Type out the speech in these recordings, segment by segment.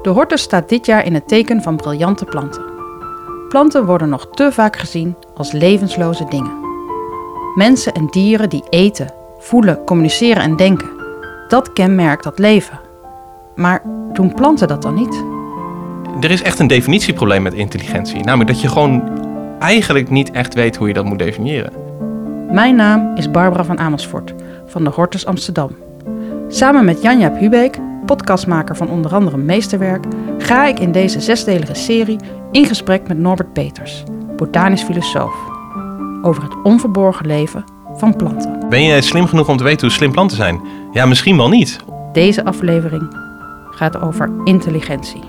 De Hortus staat dit jaar in het teken van briljante planten. Planten worden nog te vaak gezien als levensloze dingen. Mensen en dieren die eten, voelen, communiceren en denken. Dat kenmerkt dat leven. Maar doen planten dat dan niet? Er is echt een definitieprobleem met intelligentie. Namelijk dat je gewoon eigenlijk niet echt weet hoe je dat moet definiëren. Mijn naam is Barbara van Amersfoort van de Hortus Amsterdam. Samen met Jan-Jaap Hubeek, podcastmaker van onder andere Meesterwerk, ga ik in deze 6-delige serie in gesprek met Norbert Peters, botanisch filosoof, over het onverborgen leven van planten. Ben je slim genoeg om te weten hoe slim planten zijn? Ja, misschien wel niet. Deze aflevering gaat over intelligentie.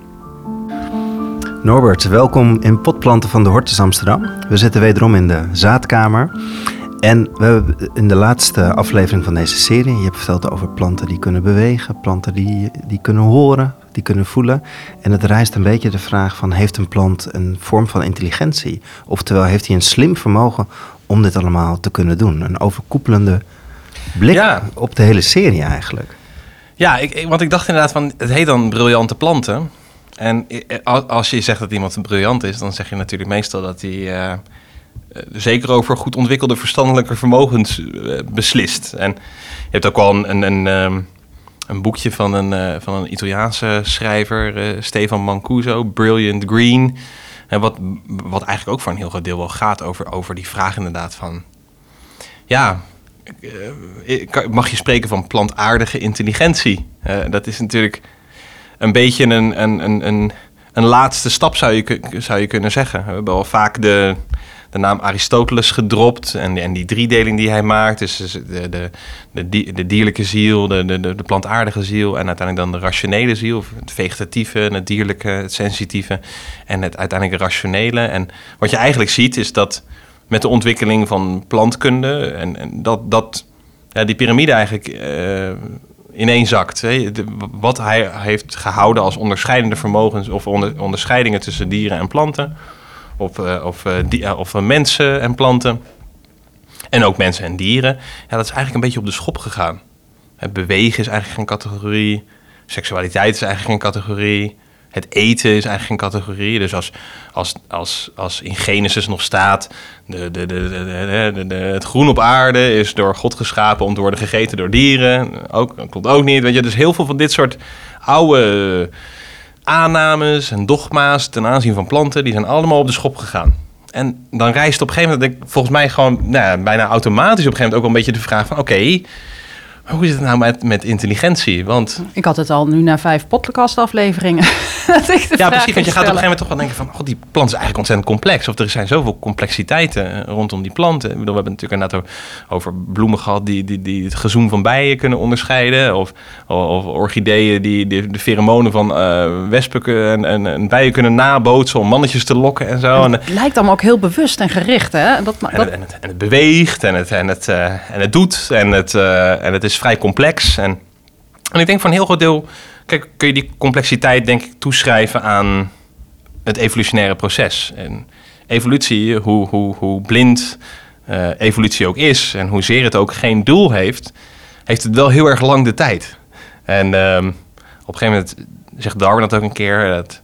Norbert, welkom in Potplanten van de Hortus Amsterdam. We zitten wederom in de zaadkamer. En we hebben in de laatste aflevering van deze serie, je hebt verteld over planten die kunnen bewegen, planten die kunnen horen, die kunnen voelen. En het rijst een beetje de vraag van, heeft een plant een vorm van intelligentie? Oftewel, heeft hij een slim vermogen om dit allemaal te kunnen doen? Een overkoepelende blik op de hele serie eigenlijk. Ja, want ik dacht inderdaad van, het heet dan briljante planten. En als je zegt dat iemand briljant is, dan zeg je natuurlijk meestal dat hij zeker over goed ontwikkelde verstandelijke vermogens beslist. En je hebt ook wel een boekje van een Italiaanse schrijver, Stefan Mancuso, Brilliant Green. En wat eigenlijk ook voor een heel groot deel wel gaat over die vraag inderdaad van, ja, mag je spreken van plantaardige intelligentie? Dat is natuurlijk een beetje een laatste stap, zou je kunnen zeggen. We hebben wel vaak de naam Aristoteles gedropt en die driedeling die hij maakt. Dus de dierlijke ziel, de plantaardige ziel en uiteindelijk dan de rationele ziel. Of het vegetatieve, het dierlijke, het sensitieve en het uiteindelijk rationele. En wat je eigenlijk ziet is dat met de ontwikkeling van plantkunde en dat die piramide eigenlijk ineenzakt. Wat hij heeft gehouden als onderscheidende vermogens of onderscheidingen tussen dieren en planten. Of mensen en planten. En ook mensen en dieren. Ja, dat is eigenlijk een beetje op de schop gegaan. Het bewegen is eigenlijk geen categorie. Seksualiteit is eigenlijk geen categorie. Het eten is eigenlijk geen categorie. Dus als in Genesis nog staat, het groen op aarde is door God geschapen om te worden gegeten door dieren. Dat klopt ook niet. Weet je, dus heel veel van dit soort oude aannames en dogma's ten aanzien van planten, die zijn allemaal op de schop gegaan. En dan rijst op een gegeven moment, volgens mij gewoon bijna automatisch op een gegeven moment ook wel een beetje de vraag van, oké, hoe is het nou met intelligentie? Want Ik had het al nu na 5 podcastafleveringen. Ja, precies, want je gaat op een gegeven moment toch wel denken van, die plant is eigenlijk ontzettend complex. Of er zijn zoveel complexiteiten rondom die planten. Ik bedoel, we hebben het natuurlijk inderdaad over bloemen gehad die het gezoem van bijen kunnen onderscheiden. Of orchideeën die de pheromonen van wespen en bijen kunnen nabootsen om mannetjes te lokken en zo. En het lijkt allemaal ook heel bewust en gericht, hè? En het beweegt en het doet en het is vrij complex. En ik denk voor een heel groot deel, kijk, kun je die complexiteit denk ik toeschrijven aan het evolutionaire proces. En evolutie, hoe blind evolutie ook is en hoezeer het ook geen doel heeft het wel heel erg lang de tijd. En op een gegeven moment zegt Darwin dat ook een keer, dat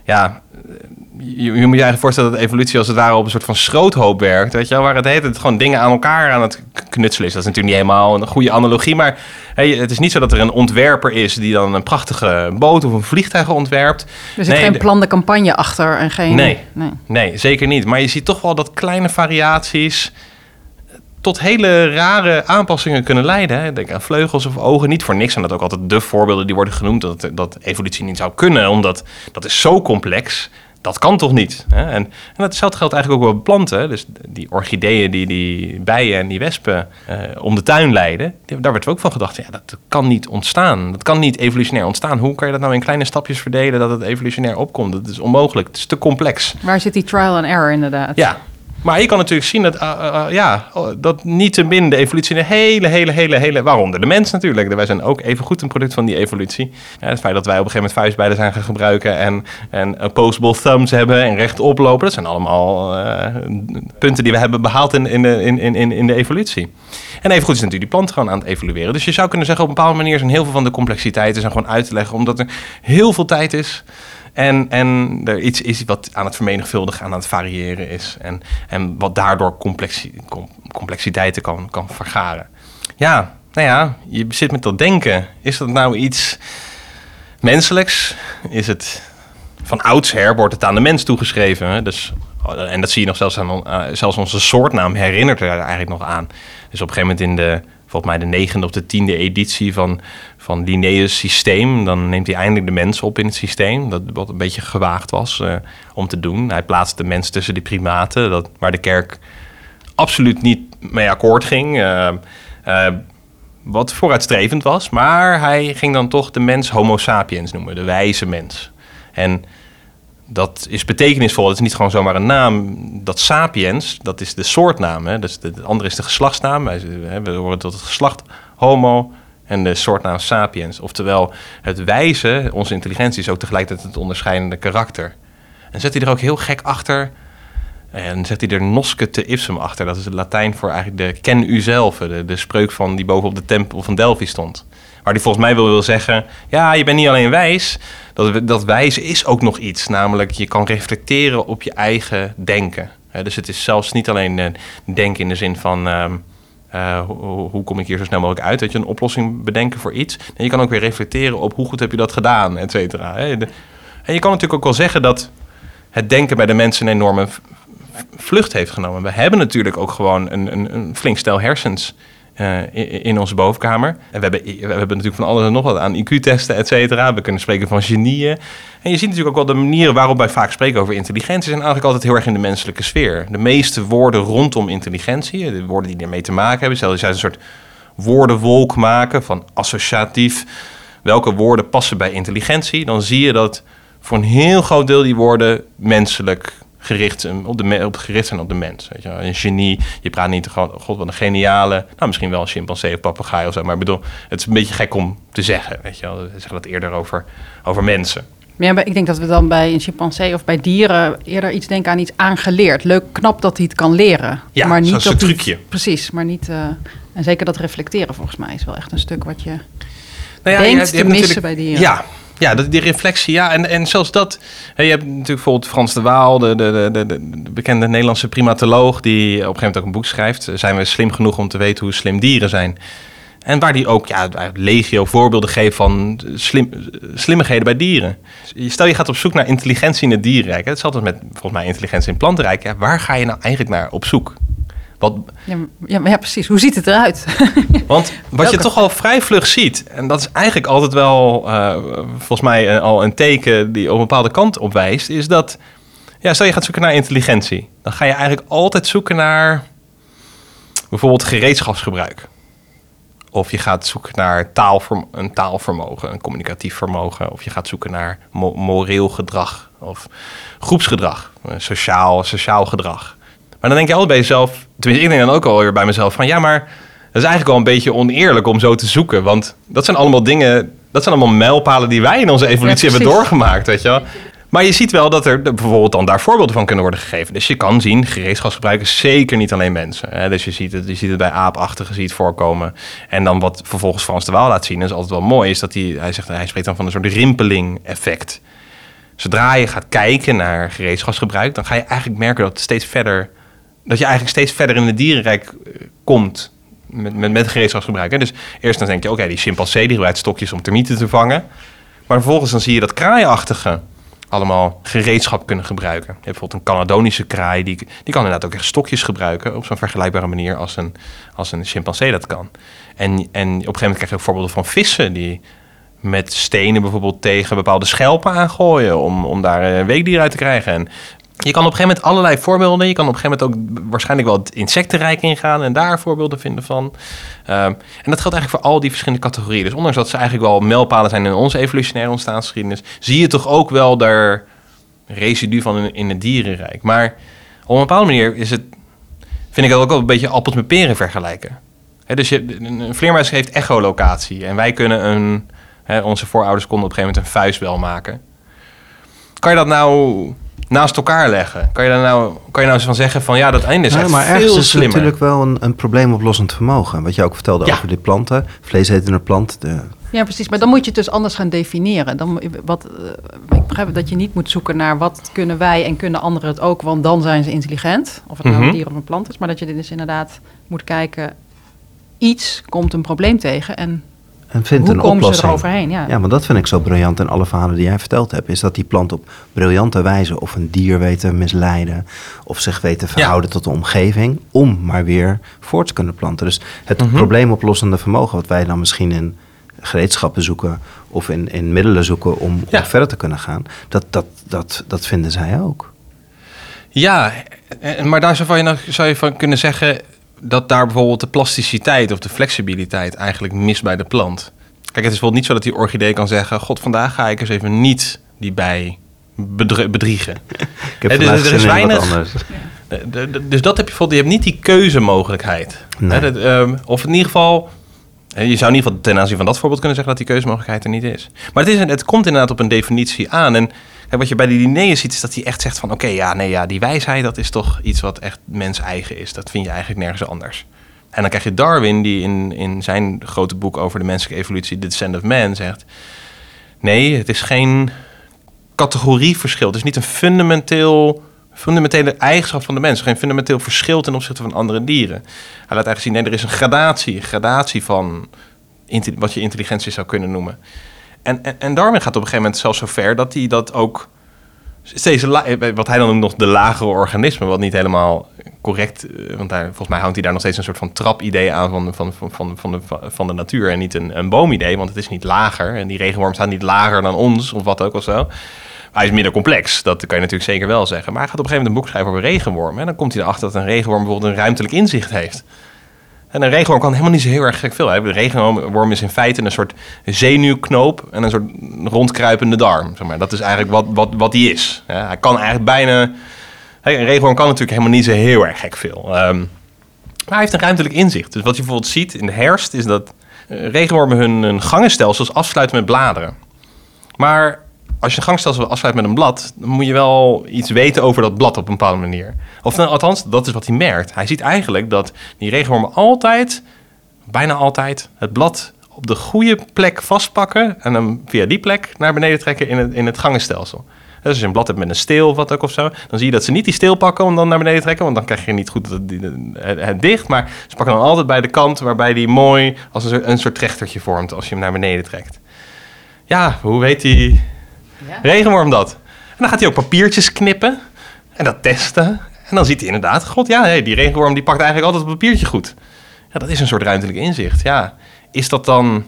je moet je eigenlijk voorstellen dat evolutie als het ware op een soort van schroothoop werkt. Weet je wel, waar het heet, het gewoon dingen aan elkaar aan het knutselen is. Dat is natuurlijk niet helemaal een goede analogie, maar het is niet zo dat er een ontwerper is die dan een prachtige boot of een vliegtuig ontwerpt. Er zit geen plande campagne achter en geen... Nee, zeker niet. Maar je ziet toch wel dat kleine variaties tot hele rare aanpassingen kunnen leiden. Hè. Denk aan vleugels of ogen. Niet voor niks zijn dat ook altijd de voorbeelden die worden genoemd dat evolutie niet zou kunnen, omdat dat is zo complex. Dat kan toch niet? Hè? En datzelfde geldt eigenlijk ook wel bij planten. Dus die orchideeën die bijen en die wespen om de tuin leiden, daar werd ook van gedacht, dat kan niet ontstaan. Dat kan niet evolutionair ontstaan. Hoe kan je dat nou in kleine stapjes verdelen dat het evolutionair opkomt? Dat is onmogelijk. Het is te complex. Waar zit die trial and error inderdaad? Ja. Maar je kan natuurlijk zien dat niettemin de evolutie een hele... Waaronder de mens natuurlijk. Wij zijn ook even goed een product van die evolutie. Ja, het feit dat wij op een gegeven moment vuistbijlen zijn gaan gebruiken en opposable thumbs hebben en rechtop lopen, dat zijn allemaal punten die we hebben behaald in de evolutie. En evengoed is natuurlijk die plant gewoon aan het evolueren. Dus je zou kunnen zeggen, op een bepaalde manier zijn heel veel van de complexiteiten zijn gewoon uit te leggen, omdat er heel veel tijd is. En er iets is wat aan het vermenigvuldigen, aan het variëren is. En wat daardoor complexiteiten kan vergaren. Ja, nou ja, je zit met dat denken. Is dat nou iets menselijks? Is het van oudsher, wordt het aan de mens toegeschreven? Hè? Dus, en dat zie je nog zelfs onze soortnaam herinnert er eigenlijk nog aan. Dus op een gegeven moment volgens mij de 9e of de 10e editie van Linnaeus' systeem, dan neemt hij eindelijk de mens op in het systeem. Dat wat een beetje gewaagd was om te doen. Hij plaatst de mens tussen die primaten, waar de kerk absoluut niet mee akkoord ging. Wat vooruitstrevend was, maar hij ging dan toch de mens Homo sapiens noemen, de wijze mens. En dat is betekenisvol, het is niet gewoon zomaar een naam. Dat sapiens, dat is de soortnaam. Hè? Dus de andere is de geslachtsnaam. We horen tot het geslacht Homo en de soortnaam sapiens. Oftewel, het wijze, onze intelligentie, is ook tegelijkertijd het onderscheidende karakter. En zet hij er ook heel gek achter. En zet hij er nosce te ipsum achter. Dat is het Latijn voor eigenlijk de ken u zelf. De spreuk die boven op de tempel van Delphi stond. Waar hij volgens mij wil zeggen, ja, je bent niet alleen wijs. Dat wijze is ook nog iets. Namelijk, je kan reflecteren op je eigen denken. Dus het is zelfs niet alleen denken in de zin van, hoe kom ik hier zo snel mogelijk uit? Dat je een oplossing bedenken voor iets. En je kan ook weer reflecteren op hoe goed heb je dat gedaan, et cetera. En je kan natuurlijk ook wel zeggen dat het denken bij de mensen een enorme vlucht heeft genomen. We hebben natuurlijk ook gewoon een flink stel hersens in onze bovenkamer. En we hebben natuurlijk van alles en nog wat aan IQ-testen, et cetera. We kunnen spreken van genieën. En je ziet natuurlijk ook wel de manieren waarop wij vaak spreken over intelligentie zijn eigenlijk altijd heel erg in de menselijke sfeer. De meeste woorden rondom intelligentie, de woorden die ermee te maken hebben, zelfs een soort woordenwolk maken van associatief. Welke woorden passen bij intelligentie? Dan zie je dat voor een heel groot deel die woorden menselijk gericht zijn op de mens. Weet je wel. Een genie, je praat niet gewoon, god wat een geniale, nou misschien wel een chimpansee of papegaai of zo, maar ik bedoel, het is een beetje gek om te zeggen, weet je wel. We zeggen dat eerder over mensen. Ja, maar ik denk dat we dan bij een chimpansee of bij dieren eerder iets denken aan iets aangeleerd. Leuk, knap dat hij het kan leren. Ja, maar niet zo'n trucje. Precies, maar niet. En zeker dat reflecteren volgens mij is wel echt een stuk wat je Nou denkt te missen bij dieren. Ja, die reflectie, ja. En zelfs dat. Je hebt natuurlijk bijvoorbeeld Frans de Waal, de bekende Nederlandse primatoloog, die op een gegeven moment ook een boek schrijft. Zijn we slim genoeg om te weten hoe slim dieren zijn? En waar die ook legio voorbeelden geeft van slimmigheden bij dieren. Stel je gaat op zoek naar intelligentie in het dierenrijk. Hetzelfde als met volgens mij intelligentie in het plantenrijk. Ja, waar ga je nou eigenlijk naar op zoek? Ja, precies. Hoe ziet het eruit? Want wat je toch al vrij vlug ziet, en dat is eigenlijk altijd wel volgens mij al een teken die op een bepaalde kant op wijst, is dat, stel je gaat zoeken naar intelligentie, dan ga je eigenlijk altijd zoeken naar bijvoorbeeld gereedschapsgebruik. Of je gaat zoeken naar een taalvermogen, een communicatief vermogen. Of je gaat zoeken naar moreel gedrag of groepsgedrag, sociaal gedrag. Maar dan denk je altijd bij jezelf, tenminste ik denk dan ook alweer bij mezelf van, ja, maar dat is eigenlijk wel een beetje oneerlijk om zo te zoeken. Want dat zijn allemaal dingen, dat zijn allemaal mijlpalen die wij in onze evolutie hebben doorgemaakt, weet je wel. Maar je ziet wel dat er bijvoorbeeld dan daar voorbeelden van kunnen worden gegeven. Dus je kan zien, gereedschapsgebruik is zeker niet alleen mensen. Hè? Dus je ziet het bij aapachtigen voorkomen. En dan wat vervolgens Frans de Waal laat zien, is altijd wel mooi, is dat hij spreekt dan van een soort rimpeling effect. Zodra je gaat kijken naar gereedschapsgebruik, dan ga je eigenlijk merken dat je eigenlijk steeds verder in het dierenrijk komt met gereedschapsgebruik. Hè? Dus eerst dan denk je, oké, die chimpansee die gebruikt stokjes om termieten te vangen. Maar vervolgens dan zie je dat kraaiachtigen allemaal gereedschap kunnen gebruiken. Je hebt bijvoorbeeld een Canadonische kraai, die kan inderdaad ook echt stokjes gebruiken op zo'n vergelijkbare manier als een chimpansee dat kan. En op een gegeven moment krijg je ook voorbeelden van vissen die met stenen bijvoorbeeld tegen bepaalde schelpen aangooien om daar een weekdier uit te krijgen. En je kan op een gegeven moment allerlei voorbeelden. Je kan op een gegeven moment ook waarschijnlijk wel het insectenrijk ingaan en daar voorbeelden vinden van. En dat geldt eigenlijk voor al die verschillende categorieën. Dus ondanks dat ze eigenlijk wel mijlpalen zijn in onze evolutionaire ontstaansgeschiedenis, zie je toch ook wel daar residu van in het dierenrijk. Maar op een bepaalde manier vind ik dat ook wel een beetje appels met peren vergelijken. Dus een vleermuis heeft echolocatie en wij kunnen onze voorouders konden op een gegeven moment een vuistbel maken. Kan je dat nou naast elkaar leggen. Kan je nou eens van zeggen van ja, dat einde is echt maar veel ergens is slimmer. het natuurlijk wel een probleemoplossend vermogen. Wat je ook vertelde over die planten. Vleesetende plant. Ja, precies. Maar dan moet je het dus anders gaan definiëren. Ik begrijp dat je niet moet zoeken naar wat kunnen wij en kunnen anderen het ook, want dan zijn ze intelligent. Of het nou een dier of een plant is. Maar dat je dus inderdaad moet kijken, iets komt een probleem tegen en vindt hoe een komen oplossing. ze eroverheen? Ja, maar dat vind ik zo briljant in alle verhalen die jij verteld hebt. Is dat die plant op briljante wijze of een dier weet te misleiden. Of zich weet te verhouden tot de omgeving. Om maar weer voort te kunnen planten. Dus het probleemoplossende vermogen wat wij dan misschien in gereedschappen zoeken. Of in middelen zoeken om verder te kunnen gaan. Dat vinden zij ook. Ja, maar daar zou je van kunnen zeggen dat daar bijvoorbeeld de plasticiteit of de flexibiliteit eigenlijk mist bij de plant. Kijk, het is bijvoorbeeld niet zo dat die orchidee kan zeggen, god, vandaag ga ik eens even niet die bij bedriegen. Ik heb dus er is weinig. Anders. Dus dat heb je bijvoorbeeld, je hebt niet die keuzemogelijkheid. Nee. Of in ieder geval, je zou in ieder geval ten aanzien van dat voorbeeld kunnen zeggen dat die keuzemogelijkheid er niet is. Maar het komt inderdaad op een definitie aan. En wat je bij die Linnaeus ziet, is dat hij echt zegt van die wijsheid, dat is toch iets wat echt mens-eigen is. Dat vind je eigenlijk nergens anders. En dan krijg je Darwin, die in zijn grote boek over de menselijke evolutie, The Descent of Man, zegt, nee, het is geen categorieverschil. Het is niet een fundamentele eigenschap van de mens. Geen fundamenteel verschil ten opzichte van andere dieren. Hij laat eigenlijk zien, nee, er is een gradatie van wat je intelligentie zou kunnen noemen. En Darwin gaat op een gegeven moment zelfs zo ver dat hij dat ook steeds, wat hij dan noemt nog de lagere organismen, wat niet helemaal correct, want volgens mij hangt hij daar nog steeds een soort van trapidee aan van de natuur en niet een boomidee, want het is niet lager en die regenworm staat niet lager dan ons of wat ook of zo. Hij is minder complex, dat kan je natuurlijk zeker wel zeggen. Maar hij gaat op een gegeven moment een boek schrijven over regenwormen en dan komt hij erachter dat een regenworm bijvoorbeeld een ruimtelijk inzicht heeft. En een regenworm kan helemaal niet zo heel erg gek veel. Een regenworm is in feite een soort zenuwknoop en een soort rondkruipende darm. Zeg maar. Dat is eigenlijk wat die is. Ja, hij kan eigenlijk bijna. Een regenworm kan natuurlijk helemaal niet zo heel erg gek veel. Maar hij heeft een ruimtelijk inzicht. Dus wat je bijvoorbeeld ziet in de herfst is dat regenwormen hun gangenstelsels afsluiten met bladeren. Maar als je een gangstelsel afsluit met een blad, dan moet je wel iets weten over dat blad op een bepaalde manier. Of althans, dat is wat hij merkt. Hij ziet eigenlijk dat die regenwormen bijna altijd, het blad op de goede plek vastpakken en dan via die plek naar beneden trekken in het gangenstelsel. Dus als je een blad hebt met een steel of wat ook of zo, dan zie je dat ze niet die steel pakken om dan naar beneden te trekken, want dan krijg je niet goed het dicht. Maar ze pakken dan altijd bij de kant waarbij die mooi als een soort trechtertje vormt als je hem naar beneden trekt. Ja, hoe weet die regenworm dat? En dan gaat hij ook papiertjes knippen en dat testen. En dan ziet hij inderdaad, die regenworm die pakt eigenlijk altijd het papiertje goed. Ja, dat is een soort ruimtelijk inzicht. Ja, is dat dan...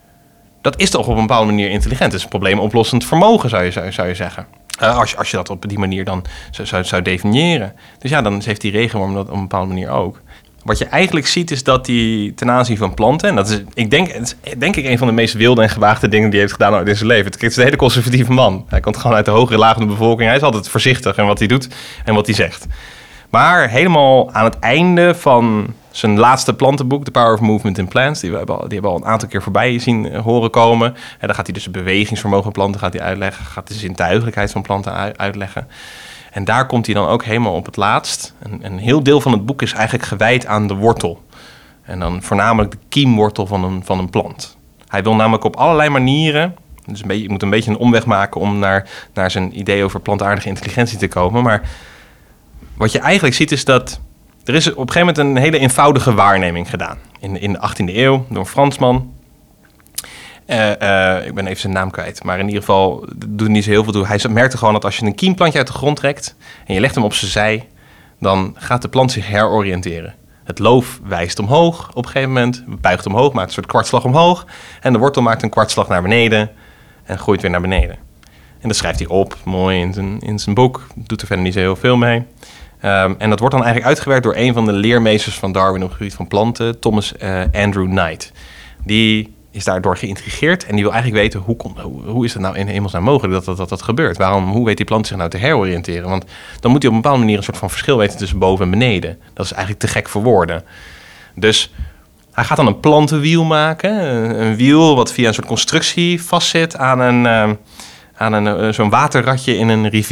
Dat is toch op een bepaalde manier intelligent. Het is een probleemoplossend vermogen, zou je zeggen. Als je dat op die manier dan zou definiëren. Dus ja, dan heeft die regenworm dat op een bepaalde manier ook. Wat je eigenlijk ziet is dat hij ten aanzien van planten... en dat is, denk ik, een van de meest wilde en gewaagde dingen die hij heeft gedaan in zijn leven. Het is een hele conservatieve man. Hij komt gewoon uit de hogere laag van de bevolking. Hij is altijd voorzichtig in wat hij doet en wat hij zegt. Maar helemaal aan het einde van zijn laatste plantenboek, The Power of Movement in Plants, die hebben we al een aantal keer voorbij zien horen komen. En dan gaat hij dus het bewegingsvermogen van planten uitleggen, gaat de zintuigelijkheid van planten uitleggen. En daar komt hij dan ook helemaal op het laatst. Een heel deel van het boek is eigenlijk gewijd aan de wortel. En dan voornamelijk de kiemwortel van een plant. Hij wil namelijk op allerlei manieren, dus je moet een beetje een omweg maken om naar zijn idee over plantaardige intelligentie te komen. Maar wat je eigenlijk ziet is dat er is op een gegeven moment een hele eenvoudige waarneming gedaan. In de 18e eeuw door een Fransman. Ik ben even zijn naam kwijt. Maar in ieder geval doet niet zo heel veel toe. Hij merkte gewoon dat als je een kiemplantje uit de grond trekt en je legt hem op zijn zij, dan gaat de plant zich heroriënteren. Het loof wijst omhoog op een gegeven moment, buigt omhoog, maakt een soort kwartslag omhoog. En de wortel maakt een kwartslag naar beneden en groeit weer naar beneden. En dat schrijft hij op, mooi in zijn boek. Doet er verder niet zo heel veel mee. En dat wordt dan eigenlijk uitgewerkt door een van de leermeesters van Darwin op het gebied van planten, Thomas Andrew Knight. Die is daardoor geïntrigeerd en die wil eigenlijk weten hoe is het nou in hemelsnaam mogelijk dat gebeurt. Hoe weet die plant zich nou te heroriënteren? Want dan moet hij op een bepaalde manier een soort van verschil weten tussen boven en beneden. Dat is eigenlijk te gek voor woorden. Dus hij gaat dan een plantenwiel maken. Een wiel wat via een soort constructie vastzit aan zo'n waterratje in een rivier.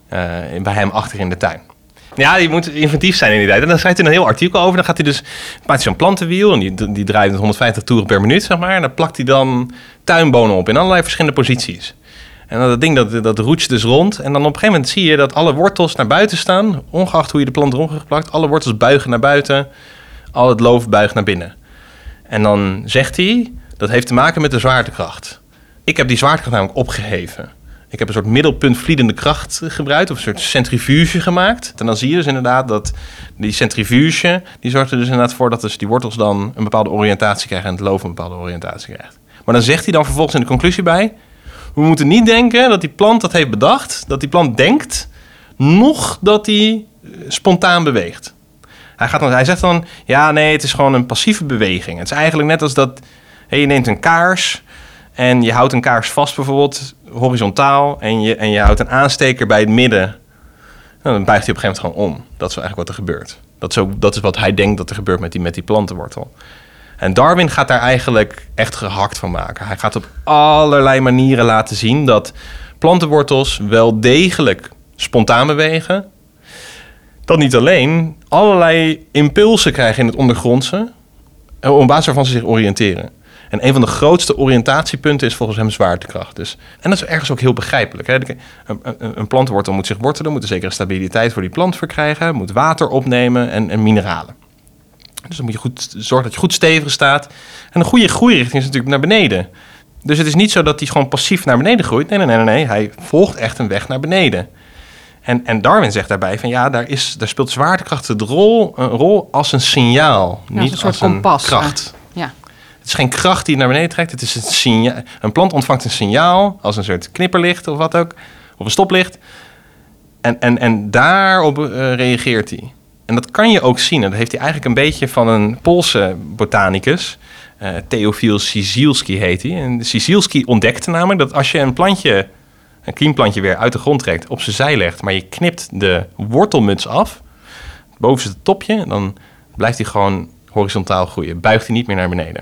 bij hem achter in de tuin. Ja, die moet inventief zijn in die tijd. En dan schrijft hij een heel artikel over. Dan gaat hij dus, maakt hij zo'n plantenwiel en die draait 150 toeren per minuut, zeg maar. En dan plakt hij dan tuinbonen op in allerlei verschillende posities. En dat ding dat roetst dus rond. En dan op een gegeven moment zie je dat alle wortels naar buiten staan. Ongeacht hoe je de plant erom hebt geplakt. Alle wortels buigen naar buiten. Al het loof buigt naar binnen. En dan zegt hij, dat heeft te maken met de zwaartekracht. Ik heb die zwaartekracht namelijk opgeheven. Ik heb een soort middelpuntvliedende kracht gebruikt. Of een soort centrifuge gemaakt. En dan zie je dus inderdaad dat die centrifuge, die zorgt er dus inderdaad voor dat dus die wortels dan een bepaalde oriëntatie krijgen. En het loof een bepaalde oriëntatie krijgt. Maar dan zegt hij dan vervolgens in de conclusie bij, we moeten niet denken dat die plant dat heeft bedacht. Dat die plant denkt, nog dat die spontaan beweegt. Hij zegt dan, ja nee, het is gewoon een passieve beweging. Het is eigenlijk net als dat, je neemt een kaars en je houdt een kaars vast bijvoorbeeld horizontaal en je houdt een aansteker bij het midden. Nou, dan buigt hij op een gegeven moment gewoon om. Dat is eigenlijk wat er gebeurt. Dat is wat hij denkt dat er gebeurt met die plantenwortel. En Darwin gaat daar eigenlijk echt gehakt van maken. Hij gaat op allerlei manieren laten zien dat plantenwortels wel degelijk spontaan bewegen. Dat niet alleen allerlei impulsen krijgen in het ondergrondse, op basis waarvan ze zich oriënteren. En een van de grootste oriëntatiepunten is volgens hem zwaartekracht. Dus. En dat is ergens ook heel begrijpelijk. Hè? Een plantenwortel moet zich wortelen, moet een zekere stabiliteit voor die plant verkrijgen, moet water opnemen en mineralen. Dus dan moet je goed zorgen dat je goed stevig staat. En een goede groeirichting is natuurlijk naar beneden. Dus het is niet zo dat hij gewoon passief naar beneden groeit. Nee. Hij volgt echt een weg naar beneden. En Darwin zegt daarbij van ja, daar speelt zwaartekracht een rol als een signaal. Ja, niet als als een een kompas. kracht. Ja. Het is geen kracht die het naar beneden trekt. Het is een signaal. Een plant ontvangt een signaal als een soort knipperlicht of wat ook. Of een stoplicht. En daarop reageert hij. En dat kan je ook zien. En dat heeft hij eigenlijk een beetje van een Poolse botanicus. Theofiel Cyzielski heet hij. En Cyzielski ontdekte namelijk dat als je een kiemplantje weer uit de grond trekt, op zijn zij legt, maar je knipt de wortelmuts af, boven het topje, dan blijft hij gewoon horizontaal groeien. Buigt hij niet meer naar beneden.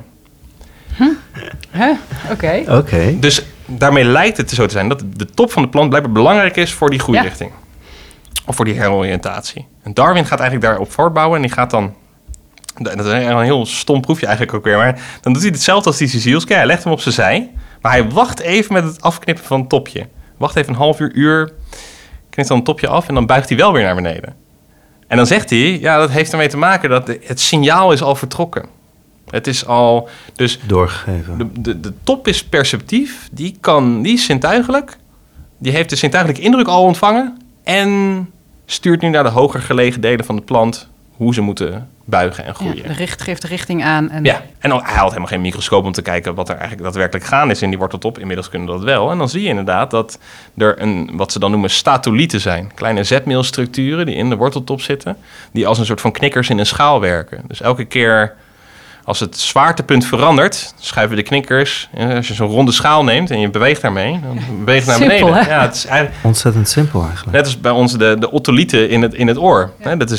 Oké. Dus daarmee lijkt het zo te zijn dat de top van de plant blijkbaar belangrijk is voor die groeirichting. Ja. Of voor die heroriëntatie. En Darwin gaat eigenlijk daarop voortbouwen en die gaat dan, dat is een heel stom proefje eigenlijk ook weer, maar dan doet hij hetzelfde als die Cyzielski. Hij legt hem op zijn zij, maar hij wacht even met het afknippen van het topje. Wacht even een half uur, knipt dan het topje af en dan buigt hij wel weer naar beneden. En dan zegt hij, ja, dat heeft ermee te maken dat het signaal is al vertrokken. Het is al, dus doorgegeven. De top is perceptief, die is zintuigelijk. Die heeft de zintuigelijke indruk al ontvangen en stuurt nu naar de hoger gelegen delen van de plant hoe ze moeten buigen en groeien. Ja, geeft de richting aan. En hij haalt helemaal geen microscoop om te kijken wat er eigenlijk daadwerkelijk gaande is in die worteltop. Inmiddels kunnen we dat wel. En dan zie je inderdaad dat er wat ze dan noemen statolieten zijn. Kleine zetmeelstructuren die in de worteltop zitten, die als een soort van knikkers in een schaal werken. Dus elke keer als het zwaartepunt verandert, schuiven de knikkers. Als je zo'n ronde schaal neemt en je beweegt daarmee, dan beweegt het naar beneden. Simpel, hè? Ja, het is eigenlijk ontzettend simpel eigenlijk. Net als bij ons de otolieten in het oor. Ja. Dat is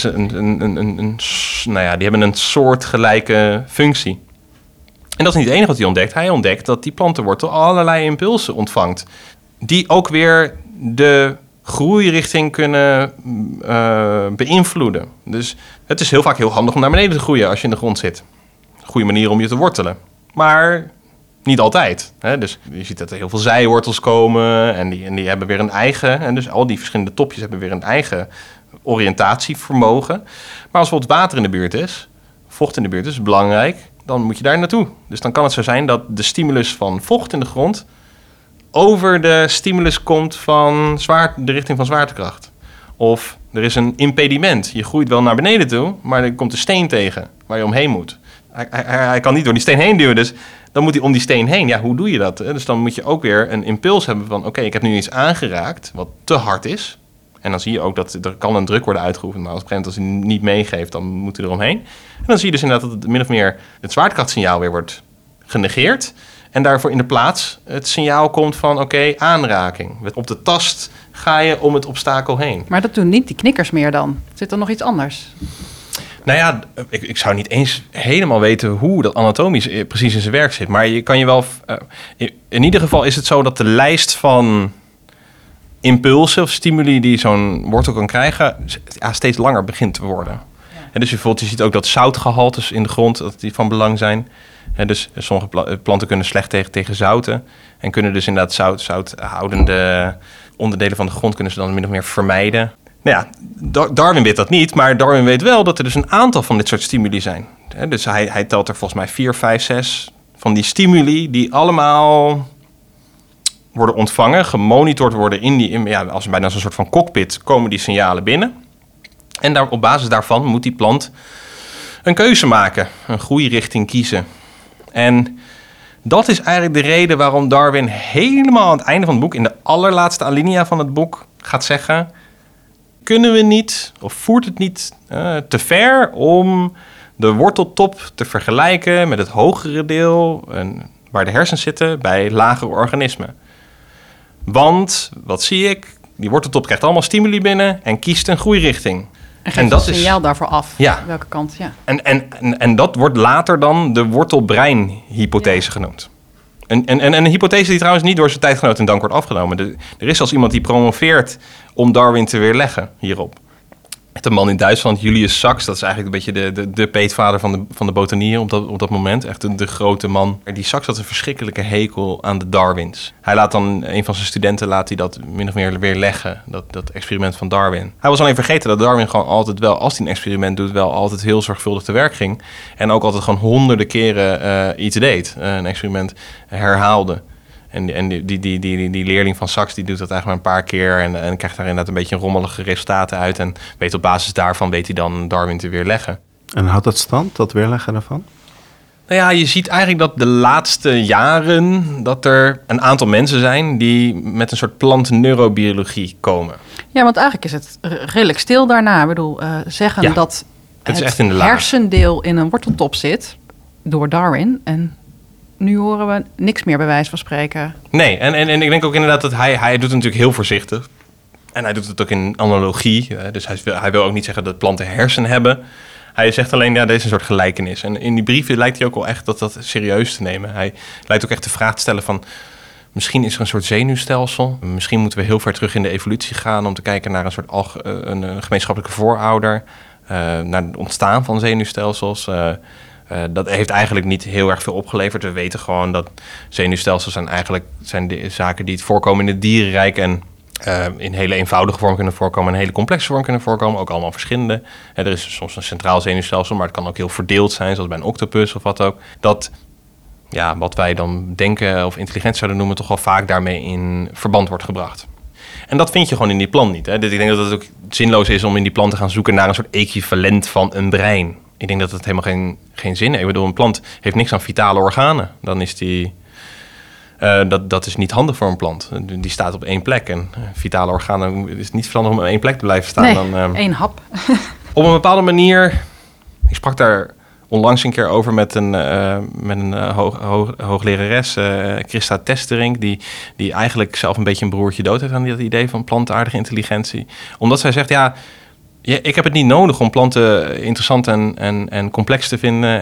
die hebben een soortgelijke functie. En dat is niet het enige wat hij ontdekt. Hij ontdekt dat die plantenwortel allerlei impulsen ontvangt, die ook weer de groeirichting kunnen beïnvloeden. Dus het is heel vaak heel handig om naar beneden te groeien als je in de grond zit. Goede manier om je te wortelen. Maar niet altijd. Hè? Dus je ziet dat er heel veel zijwortels komen en die hebben weer een eigen. En dus al die verschillende topjes hebben weer een eigen oriëntatievermogen. Maar als bijvoorbeeld water in de buurt is, vocht in de buurt is belangrijk, dan moet je daar naartoe. Dus dan kan het zo zijn dat de stimulus van vocht in de grond over de stimulus komt van de richting van zwaartekracht. Of er is een impediment. Je groeit wel naar beneden toe, maar er komt een steen tegen waar je omheen moet. Hij kan niet door die steen heen duwen, dus dan moet hij om die steen heen. Ja, hoe doe je dat? Dus dan moet je ook weer een impuls hebben van, oké, ik heb nu iets aangeraakt wat te hard is. En dan zie je ook dat er kan een druk worden uitgeoefend, maar als hij niet meegeeft, dan moet hij eromheen. En dan zie je dus inderdaad dat het min of meer het zwaartekrachtsignaal weer wordt genegeerd. En daarvoor in de plaats het signaal komt van, oké, aanraking. Op de tast ga je om het obstakel heen. Maar dat doen niet die knikkers meer dan? Zit er nog iets anders? Nou ja, ik zou niet eens helemaal weten hoe dat anatomisch precies in zijn werk zit. Maar je kan je wel... in ieder geval is het zo dat de lijst van impulsen of stimuli die zo'n wortel kan krijgen, steeds langer begint te worden. Ja. En dus bijvoorbeeld, je ziet ook dat zoutgehaltes in de grond dat die van belang zijn. En dus sommige planten kunnen slecht tegen zouten. En kunnen dus inderdaad zouthoudende onderdelen van de grond kunnen ze dan min of meer vermijden. Nou ja, Darwin weet dat niet, maar Darwin weet wel dat er dus een aantal van dit soort stimuli zijn. Dus hij telt er volgens mij 4, 5, 6 van die stimuli die allemaal worden ontvangen, gemonitord worden als bijna zo'n soort van cockpit komen die signalen binnen. En op basis daarvan moet die plant een keuze maken, een groeirichting kiezen. En dat is eigenlijk de reden waarom Darwin helemaal aan het einde van het boek, in de allerlaatste alinea van het boek, gaat zeggen: kunnen we niet, of voert het niet te ver om de worteltop te vergelijken met het hogere deel waar de hersens zitten bij lagere organismen. Want, wat zie ik? Die worteltop krijgt allemaal stimuli binnen en kiest een groeirichting. En geeft een signaal daarvoor af, welke kant, ja. En dat wordt later dan de wortelbrein-hypothese genoemd. En een hypothese die trouwens niet door zijn tijdgenoot in dank wordt afgenomen. Er is zelfs iemand die promoveert om Darwin te weerleggen hierop. Met een man in Duitsland, Julius Sachs, dat is eigenlijk een beetje de peetvader van de botanie op dat moment. Echt de grote man. Die Sachs had een verschrikkelijke hekel aan de Darwins. Hij laat dan, een van zijn studenten dat min of meer weerleggen, dat experiment van Darwin. Hij was alleen vergeten dat Darwin gewoon altijd wel, als hij een experiment doet, wel altijd heel zorgvuldig te werk ging. En ook altijd gewoon honderden keren iets deed. Een experiment herhaalde. En die leerling van Sachs die doet dat eigenlijk maar een paar keer en krijgt daar inderdaad een beetje rommelige resultaten uit. En weet op basis daarvan weet hij dan Darwin te weerleggen. En houdt dat stand, dat weerleggen daarvan? Nou ja, je ziet eigenlijk dat de laatste jaren dat er een aantal mensen zijn die met een soort plantneurobiologie komen. Ja, want eigenlijk is het redelijk stil daarna. Ik bedoel, zeggen dat het hersendeel in een worteltop zit door Darwin en nu horen we niks meer bij wijze van spreken. Nee, en ik denk ook inderdaad dat hij doet het natuurlijk heel voorzichtig. En hij doet het ook in analogie. Dus hij wil ook niet zeggen dat planten hersenen hebben. Hij zegt alleen, deze is een soort gelijkenis. En in die brieven lijkt hij ook wel echt dat serieus te nemen. Hij lijkt ook echt de vraag te stellen van, misschien is er een soort zenuwstelsel. Misschien moeten we heel ver terug in de evolutie gaan om te kijken naar een soort een gemeenschappelijke voorouder. Naar het ontstaan van zenuwstelsels. Dat heeft eigenlijk niet heel erg veel opgeleverd. We weten gewoon dat zenuwstelsels zijn de zaken die het voorkomen in het dierenrijk en in hele eenvoudige vorm kunnen voorkomen en een hele complexe vorm kunnen voorkomen. Ook allemaal verschillende. Er is soms een centraal zenuwstelsel, maar het kan ook heel verdeeld zijn, zoals bij een octopus of wat ook. Dat, wat wij dan denken of intelligent zouden noemen, toch wel vaak daarmee in verband wordt gebracht. En dat vind je gewoon in die plant niet. Hè? Dus ik denk dat het ook zinloos is om in die plant te gaan zoeken naar een soort equivalent van een brein. Ik denk dat het helemaal geen zin heeft. Ik bedoel, een plant heeft niks aan vitale organen. Dan is die... Dat is niet handig voor een plant. Die staat op één plek. En vitale organen is niet verstandig om op één plek te blijven staan. Nee, dan, één hap. Op een bepaalde manier... Ik sprak daar onlangs een keer over met een hooglerares, Christa Testerink, die eigenlijk zelf een beetje een broertje dood heeft aan dat idee van plantaardige intelligentie. Omdat zij zegt, ik heb het niet nodig om planten interessant en complex te vinden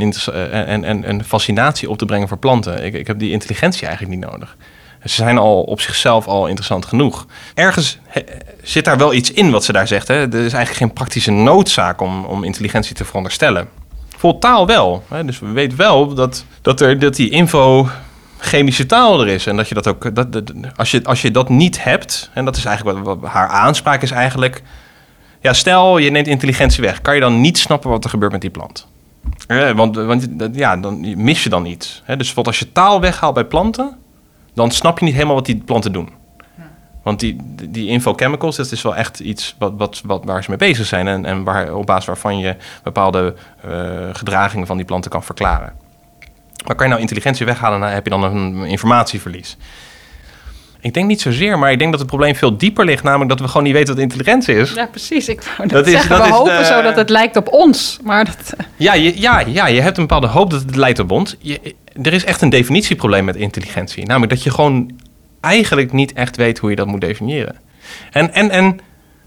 en fascinatie op te brengen voor planten. Ik heb die intelligentie eigenlijk niet nodig. Ze zijn al op zichzelf al interessant genoeg. Ergens zit daar wel iets in wat ze daar zegt. Hè? Er is eigenlijk geen praktische noodzaak om intelligentie te veronderstellen. Voor taal wel. Hè? Dus we weten wel dat die info chemische taal er is. En dat je dat ook... Als je dat niet hebt, en dat is eigenlijk wat haar aanspraak is eigenlijk... Ja, stel, je neemt intelligentie weg. Kan je dan niet snappen wat er gebeurt met die plant? Want dan mis je dan iets. Dus als je taal weghaalt bij planten, dan snap je niet helemaal wat die planten doen. Want die infochemicals, dat is wel echt iets waar ze mee bezig zijn. En op basis waarvan je bepaalde gedragingen van die planten kan verklaren. Maar kan je nou intelligentie weghalen, dan heb je dan een informatieverlies. Ik denk niet zozeer, maar ik denk dat het probleem veel dieper ligt. Namelijk dat we gewoon niet weten wat intelligentie is. Ja, precies. Ik wou zeggen, we hopen zo dat het lijkt op ons. Maar dat... Ja, je hebt een bepaalde hoop dat het lijkt op ons. Er is echt een definitieprobleem met intelligentie. Namelijk dat je gewoon eigenlijk niet echt weet hoe je dat moet definiëren. En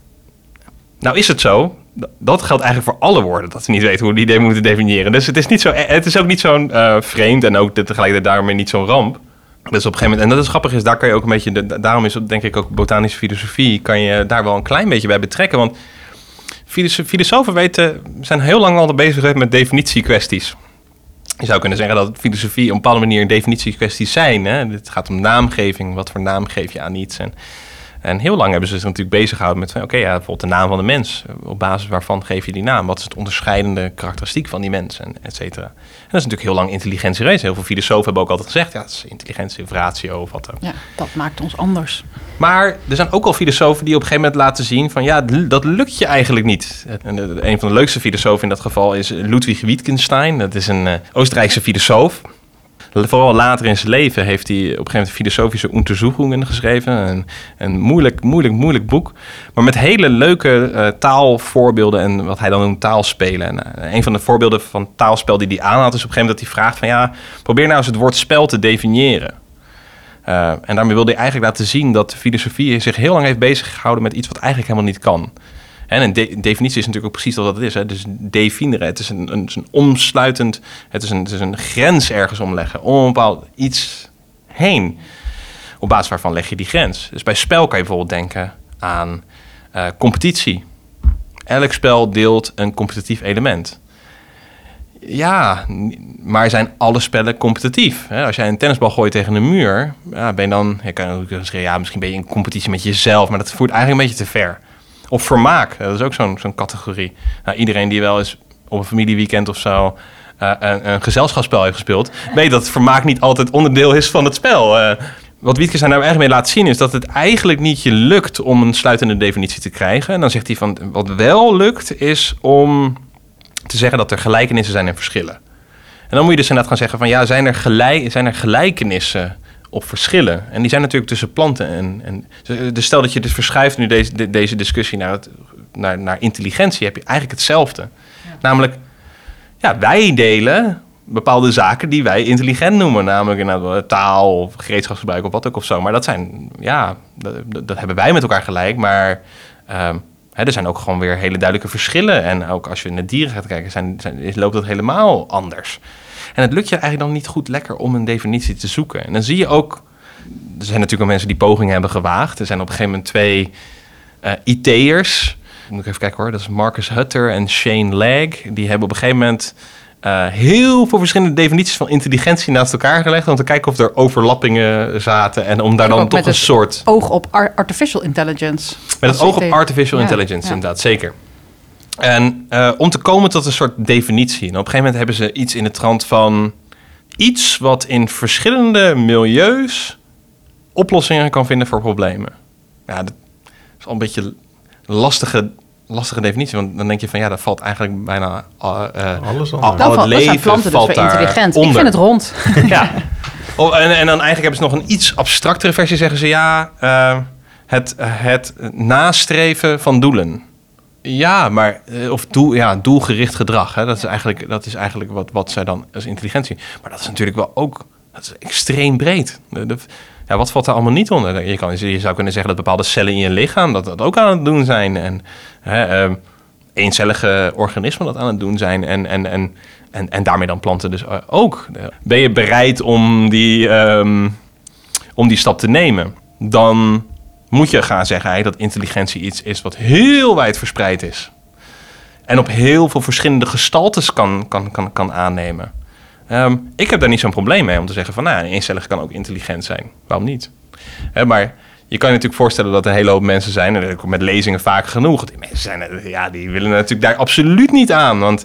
nou is het zo, dat geldt eigenlijk voor alle woorden, dat we niet weten hoe we die moeten definiëren. Dus het is ook niet zo'n vreemd en ook tegelijkertijd daarmee niet zo'n ramp. Dus op een gegeven moment, en dat is grappig, daar kan je ook een beetje, daarom is denk ik ook botanische filosofie, kan je daar wel een klein beetje bij betrekken. Want filosofen zijn heel lang al bezig geweest met definitiekwesties. Je zou kunnen zeggen dat filosofie op een bepaalde manier definitiekwesties zijn. Hè? Het gaat om naamgeving, wat voor naam geef je aan iets. En heel lang hebben ze zich natuurlijk bezig gehouden met bijvoorbeeld de naam van de mens. Op basis waarvan geef je die naam? Wat is het onderscheidende karakteristiek van die mens? En et cetera. En dat is natuurlijk heel lang intelligentie geweest. Heel veel filosofen hebben ook altijd gezegd, het is intelligentie of ratio of wat ook. Ja, dat maakt ons anders. Maar er zijn ook al filosofen die op een gegeven moment laten zien van dat lukt je eigenlijk niet. En een van de leukste filosofen in dat geval is Ludwig Wittgenstein. Dat is een Oostenrijkse filosoof. Vooral later in zijn leven heeft hij op een gegeven moment filosofische Untersuchungen geschreven. Een moeilijk boek. Maar met hele leuke taalvoorbeelden en wat hij dan noemt taalspelen. En een van de voorbeelden van taalspel die hij aanhaalt is op een gegeven moment dat hij vraagt van probeer nou eens het woord spel te definiëren. En daarmee wilde hij eigenlijk laten zien dat de filosofie zich heel lang heeft bezig gehouden met iets wat eigenlijk helemaal niet kan. En een definitie is natuurlijk ook precies wat het is. Hè? Dus defineren. Het is een omsluitend... Het is een grens ergens omleggen. Om een bepaald iets heen. Op basis waarvan leg je die grens. Dus bij spel kan je bijvoorbeeld denken aan competitie. Elk spel deelt een competitief element. Ja, maar zijn alle spellen competitief? Hè? Als jij een tennisbal gooit tegen een muur... ben je dan... Je kan ook zeggen, misschien ben je in competitie met jezelf... maar dat voert eigenlijk een beetje te ver. Of vermaak, dat is ook zo'n categorie. Nou, iedereen die wel eens op een familieweekend of zo een gezelschapsspel heeft gespeeld... weet dat vermaak niet altijd onderdeel is van het spel. Wat Wittgenstein nou eigenlijk mee laat zien is dat het eigenlijk niet je lukt om een sluitende definitie te krijgen. En dan zegt hij van wat wel lukt is om te zeggen dat er gelijkenissen zijn en verschillen. En dan moet je dus inderdaad gaan zeggen van zijn er gelijkenissen op verschillen. En die zijn natuurlijk tussen planten en dus stel dat je dus verschuift nu deze discussie naar intelligentie, heb je eigenlijk hetzelfde. Ja. Namelijk, wij delen bepaalde zaken die wij intelligent noemen, namelijk taal of gereedschapsgebruik of wat ook of zo. Maar dat zijn, dat hebben wij met elkaar gelijk, maar er zijn ook gewoon weer hele duidelijke verschillen. En ook als je naar dieren gaat kijken, loopt dat helemaal anders. En het lukt je eigenlijk dan niet goed lekker om een definitie te zoeken. En dan zie je ook... Er zijn natuurlijk al mensen die pogingen hebben gewaagd. Er zijn op een gegeven moment 2 IT'ers. Moet ik even kijken hoor. Dat is Marcus Hutter en Shane Legg. Die hebben op een gegeven moment heel veel verschillende definities van intelligentie naast elkaar gelegd. Om te kijken of er overlappingen zaten. En om daar dan toch een soort... oog op artificial intelligence. Met het oog op artificial intelligence, inderdaad. Zeker. En om te komen tot een soort definitie. En op een gegeven moment hebben ze iets in de trant van... iets wat in verschillende milieus oplossingen kan vinden voor problemen. Ja, dat is al een beetje een lastige definitie. Want dan denk je van dat valt eigenlijk bijna alles onder. Al het leven zijn planten valt dus intelligent. Onder. Ik vind het rond. Ja. En dan eigenlijk hebben ze nog een iets abstractere versie. Zeggen ze het nastreven van doelen. Ja, maar doelgericht gedrag. Hè? Dat is eigenlijk wat zij dan als intelligentie. Maar dat is natuurlijk wel ook extreem breed. Wat valt daar allemaal niet onder? Je zou kunnen zeggen dat bepaalde cellen in je lichaam dat ook aan het doen zijn. En eencellige organismen dat aan het doen zijn. En daarmee dan planten dus ook. Ben je bereid om die stap te nemen? Dan moet je gaan zeggen dat intelligentie iets is wat heel wijd verspreid is. En op heel veel verschillende gestaltes kan aannemen. Ik heb daar niet zo'n probleem mee om te zeggen van een eencellige kan ook intelligent zijn. Waarom niet? Maar je kan je natuurlijk voorstellen dat er een hele hoop mensen zijn, en met lezingen vaak genoeg. Die mensen zijn, die willen natuurlijk daar absoluut niet aan. Want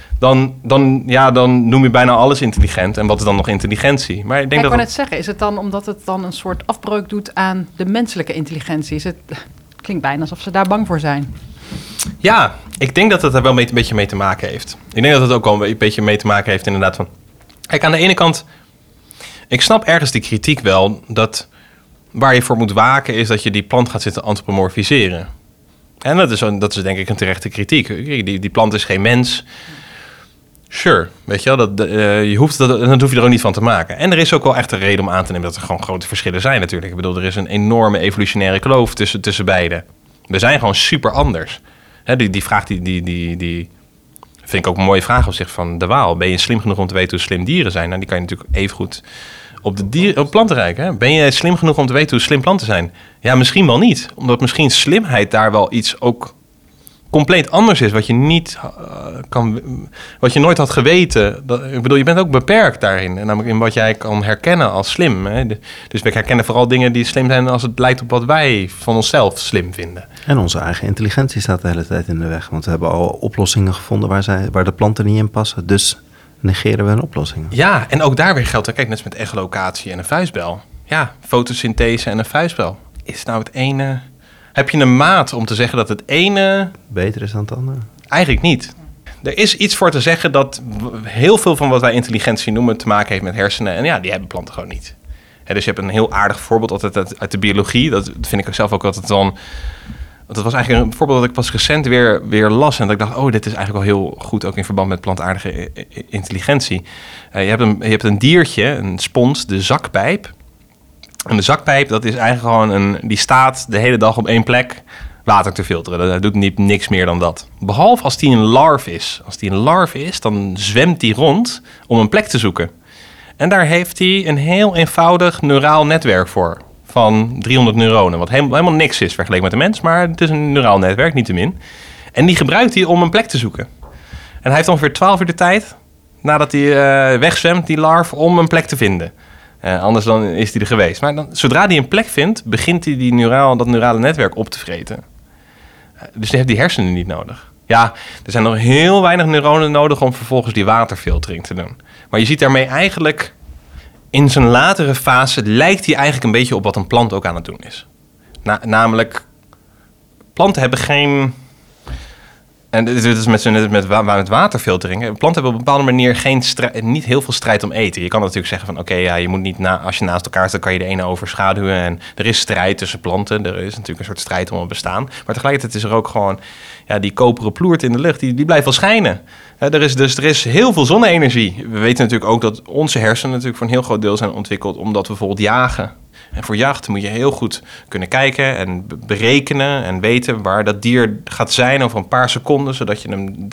dan noem je bijna alles intelligent. En wat is dan nog intelligentie? Maar ik kan net zeggen, is het dan omdat het dan een soort afbreuk doet aan de menselijke intelligentie? Het klinkt bijna alsof ze daar bang voor zijn. Ja, ik denk dat het er wel een beetje mee te maken heeft. Ik denk dat het ook wel een beetje mee te maken heeft inderdaad van... Kijk, aan de ene kant... Ik snap ergens die kritiek wel dat waar je voor moet waken is dat je die plant gaat zitten antropomorfiseren. En dat is denk ik een terechte kritiek. Die plant is geen mens. Sure, weet je wel, dat hoef je er ook niet van te maken. En er is ook wel echt een reden om aan te nemen dat er gewoon grote verschillen zijn natuurlijk. Ik bedoel, er is een enorme evolutionaire kloof tussen beiden. We zijn gewoon super anders. Die vraag die vind ik ook een mooie vraag op zich van de Waal. Ben je slim genoeg om te weten hoe slim dieren zijn? Nou, die kan je natuurlijk even goed op plantenrijk. Hè? Ben je slim genoeg om te weten hoe slim planten zijn? Ja, misschien wel niet. Omdat misschien slimheid daar wel iets ook compleet anders is. Wat je niet wat je nooit had geweten. Ik bedoel, je bent ook beperkt daarin. En namelijk in wat jij kan herkennen als slim. Hè? Dus we herkennen vooral dingen die slim zijn als het lijkt op wat wij van onszelf slim vinden. En onze eigen intelligentie staat de hele tijd in de weg. Want we hebben al oplossingen gevonden waar de planten niet in passen. Dus negeren we een oplossing. Ja, en ook daar weer geldt. Kijk, net als met echolocatie en een vuistbel. Ja, fotosynthese en een vuistbel. Is nou het ene... Heb je een maat om te zeggen dat het ene... beter is dan het andere? Eigenlijk niet. Er is iets voor te zeggen dat heel veel van wat wij intelligentie noemen te maken heeft met hersenen. En ja, die hebben planten gewoon niet. Dus je hebt een heel aardig voorbeeld altijd uit de biologie. Dat vind ik zelf ook altijd dan... Dat was eigenlijk een voorbeeld dat ik pas recent weer las. En dat ik dacht, dit is eigenlijk wel heel goed ook in verband met plantaardige intelligentie. Je hebt een diertje, een spons, de zakpijp. En de zakpijp, dat is eigenlijk gewoon die staat de hele dag op één plek water te filteren. Dat doet niks meer dan dat. Behalve als die een larve is. Als die een larve is, dan zwemt die rond om een plek te zoeken. En daar heeft hij een heel eenvoudig neuraal netwerk voor. Van 300 neuronen. Wat helemaal niks is vergeleken met de mens. Maar het is een neuraal netwerk, niettemin. En die gebruikt hij om een plek te zoeken. En hij heeft ongeveer 12 uur de tijd nadat hij wegzwemt, die larve, om een plek te vinden. Anders dan is hij er geweest. Maar zodra hij een plek vindt, begint hij dat neurale netwerk op te vreten. Dus hij heeft die hersenen niet nodig. Ja, er zijn nog heel weinig neuronen nodig om vervolgens die waterfiltering te doen. Maar je ziet daarmee eigenlijk... In zijn latere fase lijkt hij eigenlijk een beetje op wat een plant ook aan het doen is. Namelijk, planten hebben geen... En dit is met waterfiltering. Planten hebben op een bepaalde manier niet heel veel strijd om eten. Je kan natuurlijk zeggen van je moet niet als je naast elkaar staat, kan je de ene overschaduwen. En er is strijd tussen planten. Er is natuurlijk een soort strijd om het bestaan. Maar tegelijkertijd is er ook gewoon die koperen ploert in de lucht. Die blijft wel schijnen. Er is heel veel zonne-energie. We weten natuurlijk ook dat onze hersenen natuurlijk voor een heel groot deel zijn ontwikkeld omdat we bijvoorbeeld jagen. En voor jacht moet je heel goed kunnen kijken en berekenen en weten waar dat dier gaat zijn over een paar seconden, zodat je hem...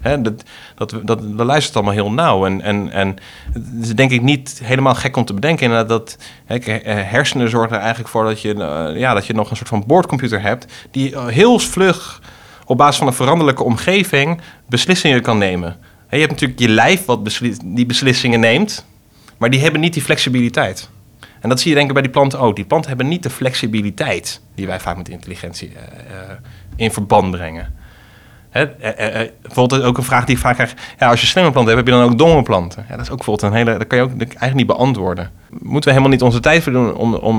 Dat luistert allemaal heel nauw. En het is denk ik niet helemaal gek om te bedenken inderdaad dat hersenen zorgen er eigenlijk voor dat je nog een soort van boordcomputer hebt die heel vlug op basis van een veranderlijke omgeving beslissingen kan nemen. Je hebt natuurlijk je lijf wat die beslissingen neemt, maar die hebben niet die flexibiliteit. En dat zie je denk ik bij die planten ook. Die planten hebben niet de flexibiliteit die wij vaak met intelligentie in verband brengen. Bijvoorbeeld ook een vraag die ik vaak krijg. Ja, als je slimme planten hebt, heb je dan ook domme planten? Ja, dat is ook bijvoorbeeld dat kan je ook eigenlijk niet beantwoorden. Moeten we helemaal niet onze tijd verdoen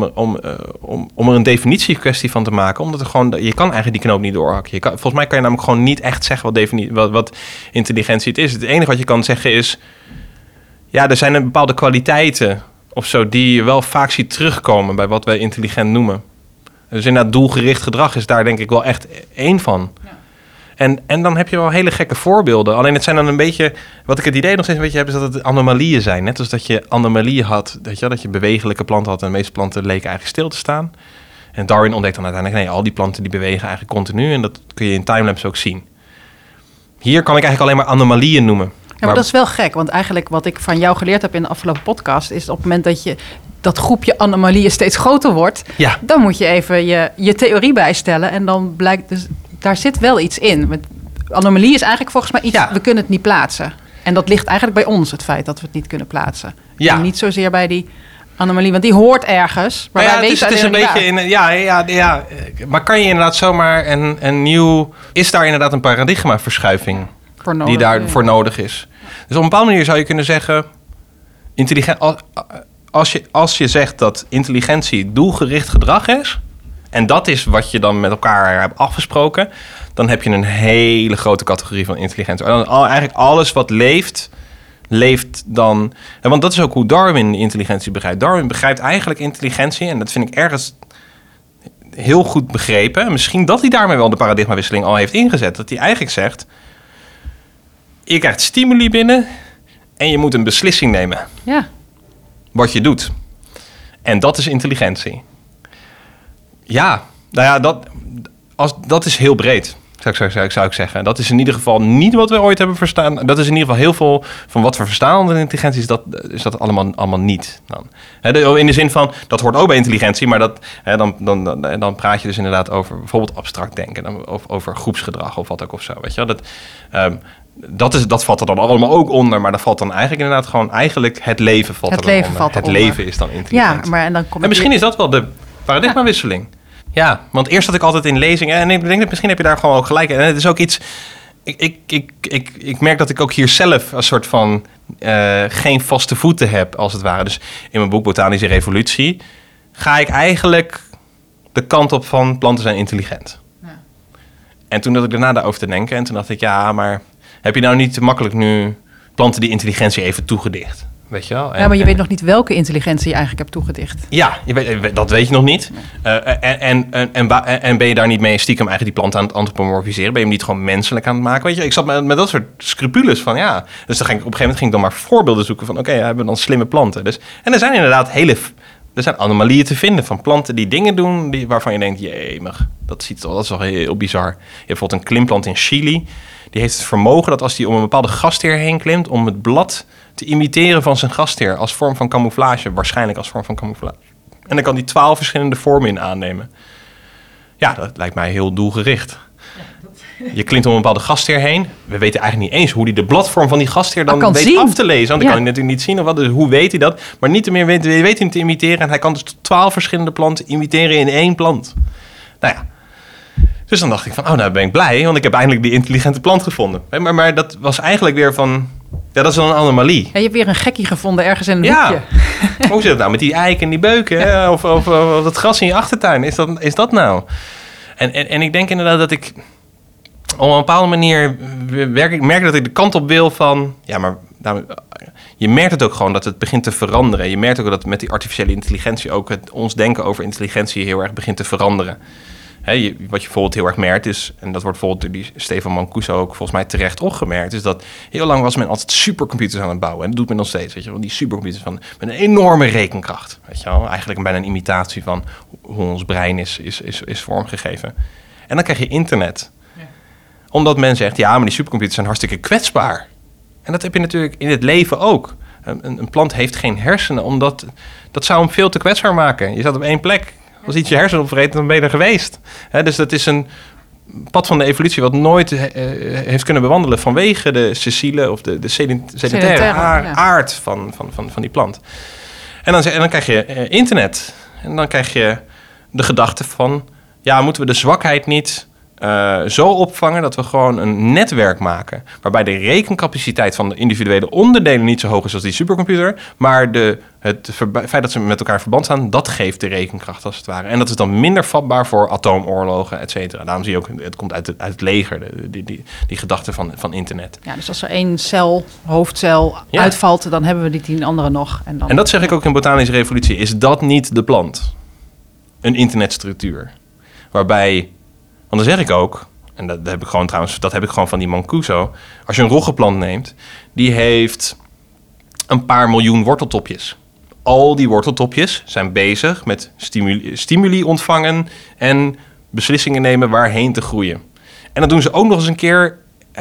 om er een definitiekwestie van te maken? Omdat je kan eigenlijk die knoop niet doorhakken. Volgens mij kan je namelijk gewoon niet echt zeggen wat intelligentie het is. Het enige wat je kan zeggen is... Ja, er zijn bepaalde kwaliteiten of zo die je wel vaak ziet terugkomen bij wat wij intelligent noemen. Dus inderdaad, doelgericht gedrag is daar denk ik wel echt één van. Ja. En dan heb je wel hele gekke voorbeelden. Alleen het zijn dan een beetje... Wat ik het idee nog steeds een beetje heb, is dat het anomalieën zijn. Net als dat je anomalieën had, dat je bewegelijke planten had en de meeste planten leken eigenlijk stil te staan. En Darwin ontdekt dan uiteindelijk, nee, al die planten die bewegen eigenlijk continu. En dat kun je in timelapse ook zien. Hier kan ik eigenlijk alleen maar anomalieën noemen. Ja, maar dat is wel gek, want eigenlijk wat ik van jou geleerd heb in de afgelopen podcast is op het moment dat dat groepje anomalieën steeds groter wordt, dan moet je even je theorie bijstellen en dan blijkt dus, daar zit wel iets in. Anomalie is eigenlijk volgens mij iets, we kunnen het niet plaatsen. En dat ligt eigenlijk bij ons, het feit dat we het niet kunnen plaatsen. Ja. En niet zozeer bij die anomalie, want die hoort ergens. Maar wij weten het is een beetje maar kan je inderdaad zomaar een nieuw... Is daar inderdaad een paradigmaverschuiving die daarvoor nodig is? Dus op een bepaalde manier zou je kunnen zeggen... Als je zegt dat intelligentie doelgericht gedrag is... en dat is wat je dan met elkaar hebt afgesproken... dan heb je een hele grote categorie van intelligentie. En dan eigenlijk alles wat leeft dan... Want dat is ook hoe Darwin intelligentie begrijpt. Darwin begrijpt eigenlijk intelligentie... en dat vind ik ergens heel goed begrepen. Misschien dat hij daarmee wel de paradigmawisseling al heeft ingezet. Dat hij eigenlijk zegt... Je krijgt stimuli binnen en je moet een beslissing nemen. Ja. Wat je doet. En dat is intelligentie. Ja, nou ja, dat is heel breed. zou ik zeggen. Dat is in ieder geval niet wat we ooit hebben verstaan. Dat is in ieder geval heel veel van wat we verstaan onder intelligentie, is dat allemaal niet. Dan. In de zin van, dat hoort ook bij intelligentie, maar dan praat je dus inderdaad over bijvoorbeeld abstract denken, of over groepsgedrag of wat ook of zo. Weet je wel? Dat valt er dan allemaal ook onder, maar dat valt dan eigenlijk inderdaad gewoon het leven valt er dan onder. Het leven is dan intelligent. Ja, maar en dan komt en misschien is dat wel de paradigmawisseling. Ja, want eerst had ik altijd in lezingen, en ik denk dat misschien heb je daar gewoon ook gelijk. En het is ook iets, ik merk dat ik ook hier zelf een soort van geen vaste voeten heb, als het ware. Dus in mijn boek Botanische Revolutie ga ik eigenlijk de kant op van planten zijn intelligent. Ja. En toen dacht ik daarna daarover te denken en toen dacht ik, ja, maar heb je nou niet te makkelijk nu planten die intelligentie even toegedicht? Weet je wel? Maar je weet nog niet welke intelligentie je eigenlijk hebt toegedicht. Ja, dat weet je nog niet. Nee. En ben je daar niet mee stiekem eigenlijk die plant aan het antropomorfiseren? Ben je hem niet gewoon menselijk aan het maken? Weet je, ik zat met dat soort scrupules van ja. Dus dan op een gegeven moment ging ik dan maar voorbeelden zoeken van oké, hebben we dan slimme planten. Dus, en er zijn inderdaad er zijn anomalieën te vinden van planten die dingen doen waarvan je denkt, jemig, dat is wel heel bizar. Je hebt bijvoorbeeld een klimplant in Chili. Die heeft het vermogen dat als die om een bepaalde gastheer heen klimt, om het blad te imiteren van zijn gastheer als vorm van camouflage. Waarschijnlijk als vorm van camouflage. En dan kan die 12 verschillende vormen in aannemen. Ja, dat lijkt mij heel doelgericht. Je klimt om een bepaalde gastheer heen. We weten eigenlijk niet eens hoe hij de bladvorm van die gastheer dan weet af te lezen. Want dan kan hij natuurlijk niet zien of wat. Dus hoe weet hij dat? Maar niet meer weet hij hem te imiteren. En hij kan dus 12 verschillende planten imiteren in 1 plant. Nou ja. Dus dan dacht ik van, nou ben ik blij, want ik heb eindelijk die intelligente plant gevonden. Maar dat was eigenlijk weer van, ja, dat is dan een anomalie. Ja, je hebt weer een gekkie gevonden ergens in een hoekje. Hoe zit het nou met die eiken en die beuken? Ja. Of dat gras in je achtertuin? Is dat nou? En ik denk inderdaad dat ik op een bepaalde manier merk dat ik de kant op wil van, ja, maar je merkt het ook gewoon dat het begint te veranderen. Je merkt ook dat met die artificiële intelligentie ook ons denken over intelligentie heel erg begint te veranderen. Wat je bijvoorbeeld heel erg merkt is, en dat wordt bijvoorbeeld door die Stefan Mancuso ook volgens mij terecht opgemerkt, is dat heel lang was men altijd supercomputers aan het bouwen. En dat doet men nog steeds, weet je wel. Die supercomputers met een enorme rekenkracht. Weet je wel. Eigenlijk bijna een imitatie van hoe ons brein is vormgegeven. En dan krijg je internet. Ja. Omdat men zegt, ja, maar die supercomputers zijn hartstikke kwetsbaar. En dat heb je natuurlijk in het leven ook. Een plant heeft geen hersenen, omdat dat zou hem veel te kwetsbaar maken. Je staat op 1 plek. Als iets je hersenen opvreet, dan ben je er geweest. Dus dat is een pad van de evolutie wat nooit heeft kunnen bewandelen vanwege de sessiele of de sedentaire aard van die plant. En dan krijg je internet. En dan krijg je de gedachte van, ja, moeten we de zwakheid niet zo opvangen dat we gewoon een netwerk maken, waarbij de rekencapaciteit van de individuele onderdelen niet zo hoog is als die supercomputer, maar het feit dat ze met elkaar in verband staan, dat geeft de rekenkracht als het ware. En dat is dan minder vatbaar voor atoomoorlogen, et cetera. Daarom zie je ook, het komt uit het leger, die gedachte van internet. Ja, dus als er 1 hoofdcel uitvalt, dan hebben we die 10 andere nog. En dat zeg ik ook in Botanische Revolutie. Is dat niet de plant? Een internetstructuur. Waarbij, want dan zeg ik ook, en dat heb ik gewoon van die Mancuso. Als je een roggenplant neemt, die heeft een paar miljoen worteltopjes. Al die worteltopjes zijn bezig met stimuli ontvangen en beslissingen nemen waarheen te groeien. En dat doen ze ook nog eens een keer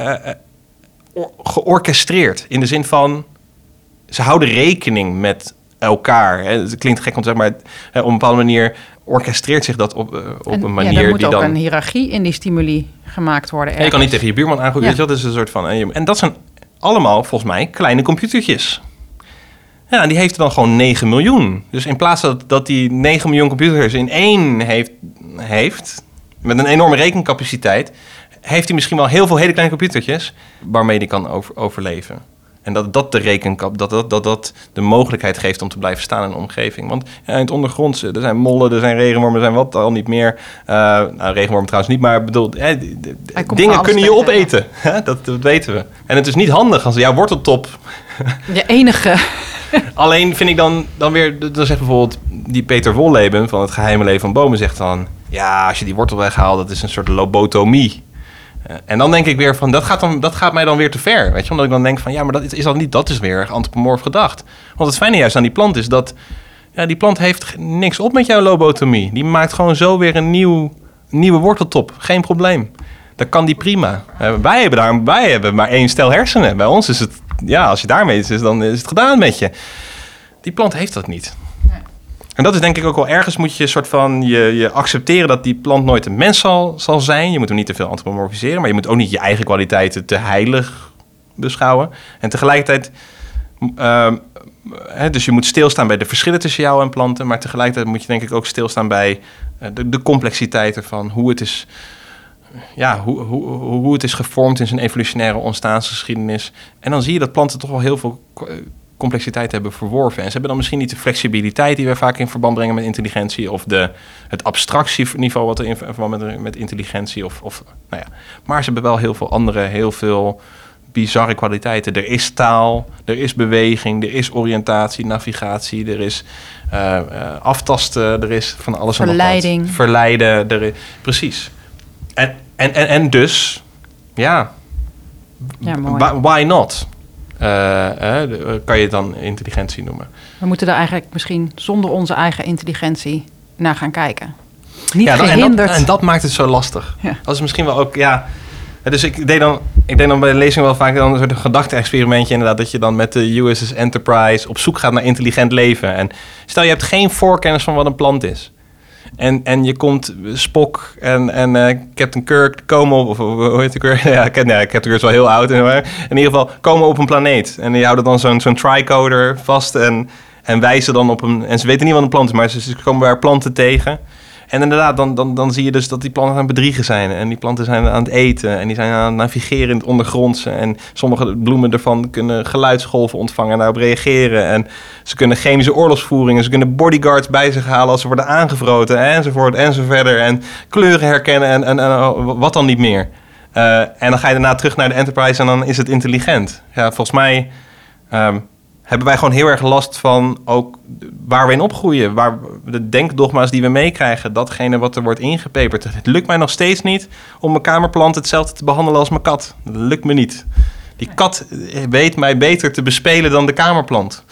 georchestreerd. In de zin van, ze houden rekening met elkaar. Het klinkt gek om te zeggen, maar op een bepaalde manier orchestreert zich dat op een manier er moet die ook dan een hiërarchie in die stimuli gemaakt worden. En je kan niet tegen je buurman aangroeien. Ja. Dat is een soort van. En dat zijn allemaal volgens mij kleine computertjes. Ja, die heeft er dan gewoon 9 miljoen. Dus in plaats dat die 9 miljoen computers in 1 heeft met een enorme rekencapaciteit, heeft hij misschien wel heel veel hele kleine computertjes waarmee hij kan overleven. En dat de rekenkap, dat de mogelijkheid geeft om te blijven staan in de omgeving. Want in het ondergronds, er zijn mollen, er zijn regenwormen, er zijn wat al niet meer. Regenwormen trouwens niet, maar bedoel, dingen kunnen je opeten. Ja. Dat weten we. En het is niet handig als jouw worteltop. De enige. Alleen vind ik dan weer, dan zegt bijvoorbeeld die Peter Wolleben van Het Geheime Leven van Bomen, zegt dan, ja, als je die wortel weghaalt, dat is een soort lobotomie. En dan denk ik weer van, dat gaat mij dan weer te ver. Weet je? Omdat ik dan denk van, ja, maar dat is weer antropomorf gedacht. Want het fijne juist aan die plant is dat, ja, die plant heeft niks op met jouw lobotomie. Die maakt gewoon zo weer een nieuwe worteltop. Geen probleem. dan kan die prima. Wij hebben maar 1 stel hersenen. Bij ons is het, als je daarmee is, dan is het gedaan met je. Die plant heeft dat niet. Nee. En dat is denk ik ook wel ergens moet je soort van je accepteren dat die plant nooit een mens zal zijn. Je moet hem niet te veel antropomorfiseren, maar je moet ook niet je eigen kwaliteiten te heilig beschouwen. En tegelijkertijd, dus je moet stilstaan bij de verschillen tussen jou en planten, maar tegelijkertijd moet je denk ik ook stilstaan bij de complexiteiten van hoe het is. Ja, hoe het is gevormd in zijn evolutionaire ontstaansgeschiedenis. En dan zie je dat planten toch wel heel veel complexiteit hebben verworven. En ze hebben dan misschien niet de flexibiliteit die we vaak in verband brengen met intelligentie, of het abstractieniveau wat er in verband met intelligentie. Maar ze hebben wel heel veel andere, heel veel bizarre kwaliteiten. Er is taal, er is beweging, er is oriëntatie, navigatie, er is aftasten, er is van alles en nog wat. Verleiden. Precies. En dus, why not? Kan je het dan intelligentie noemen? We moeten er eigenlijk misschien zonder onze eigen intelligentie naar gaan kijken. Niet gehinderd. En dat maakt het zo lastig. Ja. Dat is misschien wel ook, Dus ik deed dan bij de lezing wel vaak een soort gedachte-experimentje inderdaad, dat je dan met de USS Enterprise op zoek gaat naar intelligent leven. En stel je hebt geen voorkennis van wat een plant is. En je komt Spock en Captain Kirk komen op, of hoe heet Kirk? Captain Kirk is wel heel oud. In ieder geval komen op een planeet. En die houden dan zo'n tricoder vast en wijzen dan op een. En ze weten niet wat een plant is, maar ze komen daar planten tegen. En inderdaad, dan zie je dus dat die planten aan het bedriegen zijn. En die planten zijn aan het eten. En die zijn aan het navigeren in het ondergrondse. En sommige bloemen ervan kunnen geluidsgolven ontvangen en daarop reageren. En ze kunnen chemische oorlogsvoeringen. Ze kunnen bodyguards bij zich halen als ze worden aangevroten. Enzovoort en zo verder. En kleuren herkennen en wat dan niet meer. En dan ga je daarna terug naar de Enterprise en dan is het intelligent. Ja, volgens mij hebben wij gewoon heel erg last van ook waar we in opgroeien. Waar de denkdogma's die we meekrijgen, datgene wat er wordt ingepeperd. Het lukt mij nog steeds niet om mijn kamerplant hetzelfde te behandelen als mijn kat. Dat lukt me niet. Die kat weet mij beter te bespelen dan de kamerplant.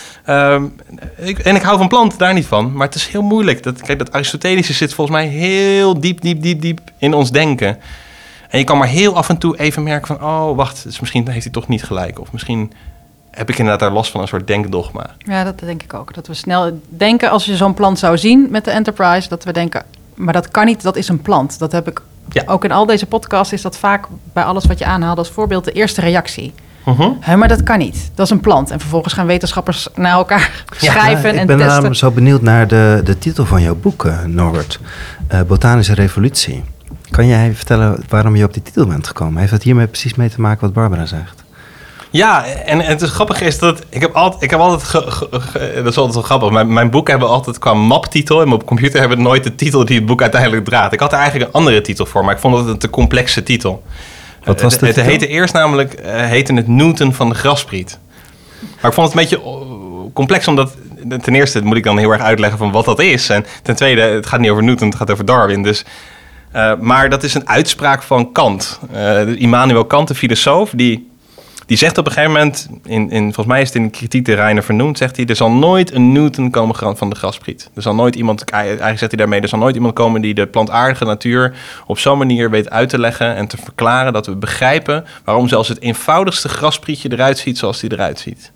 Ik hou van planten, daar niet van. Maar het is heel moeilijk. Dat Aristotelische zit volgens mij heel diep in ons denken. En je kan maar heel af en toe even merken van, oh, wacht, dus misschien heeft hij toch niet gelijk. Of misschien heb ik inderdaad daar last van een soort denkdogma. Ja, dat denk ik ook. Dat we snel denken, als je zo'n plant zou zien met de Enterprise, dat we denken, maar dat kan niet, dat is een plant. Dat heb ik ook in al deze podcasts, is dat vaak bij alles wat je aanhaalt als voorbeeld de eerste reactie. Maar dat kan niet. Dat is een plant. En vervolgens gaan wetenschappers naar elkaar schrijven en testen. Ik ben daarom zo benieuwd naar de titel van jouw boek, Norbert. Botanische Revolutie. Kan jij vertellen waarom je op die titel bent gekomen? Heeft dat hiermee precies mee te maken wat Barbara zegt? Ja, en het grappige is dat ik heb altijd dat is altijd wel grappig. Mijn boeken hebben altijd qua maptitel en op computer hebben nooit de titel die het boek uiteindelijk draagt. Ik had er eigenlijk een andere titel voor, maar ik vond het een te complexe titel. Wat was het heette eerst namelijk het Newton van de graspriet. Maar ik vond het een beetje complex, omdat ten eerste moet ik dan heel erg uitleggen van wat dat is. En ten tweede, het gaat niet over Newton, het gaat over Darwin. Dus, maar dat is een uitspraak van Kant. Immanuel Kant, de filosoof, die zegt op een gegeven moment, volgens mij is het in de kritiek de Reiner vernoemd, zegt hij, er zal nooit een Newton komen van de graspriet. Er zal nooit iemand, eigenlijk zegt hij daarmee, er zal nooit iemand komen die de plantaardige natuur op zo'n manier weet uit te leggen en te verklaren dat we begrijpen waarom zelfs het eenvoudigste grasprietje eruit ziet zoals die eruit ziet.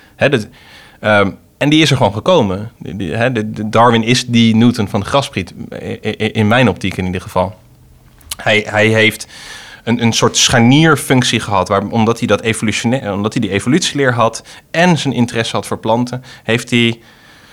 En die is er gewoon gekomen. Darwin is die Newton van de graspriet, in mijn optiek in ieder geval. Hij heeft een soort scharnierfunctie gehad, omdat hij die evolutieleer had en zijn interesse had voor planten, heeft hij